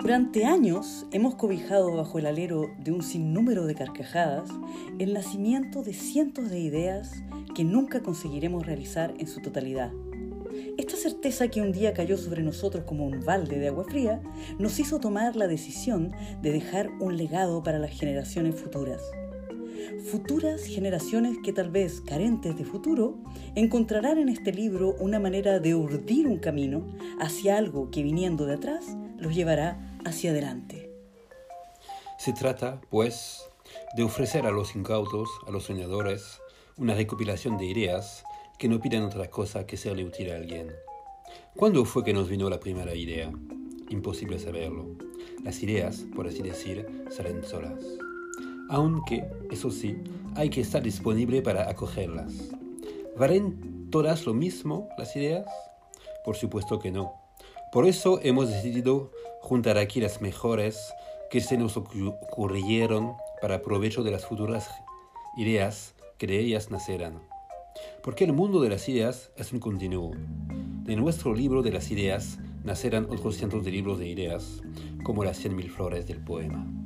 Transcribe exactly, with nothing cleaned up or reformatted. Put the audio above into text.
Durante años hemos cobijado bajo el alero de un sinnúmero de carcajadas el nacimiento de cientos de ideas que nunca conseguiremos realizar en su totalidad. Esta certeza que un día cayó sobre nosotros como un balde de agua fría nos hizo tomar la decisión de dejar un legado para las generaciones futuras. Futuras generaciones que tal vez carentes de futuro encontrarán en este libro una manera de urdir un camino hacia algo que viniendo de atrás los llevará hacia adelante. Se trata, pues, de ofrecer a los incautos, a los soñadores, una recopilación de ideas que no piden otra cosa que serle útil a alguien. ¿Cuándo fue que nos vino la primera idea? Imposible saberlo. Las ideas, por así decir, salen solas. Aunque, eso sí, hay que estar disponible para acogerlas. ¿Valen todas lo mismo las ideas? Por supuesto que no. Por eso hemos decidido juntar aquí las mejores que se nos ocurrieron para provecho de las futuras ideas que de ellas nacerán. Porque el mundo de las ideas es un continuo. De nuestro libro de las ideas nacerán otros cientos de libros de ideas, como las cien mil flores del poema.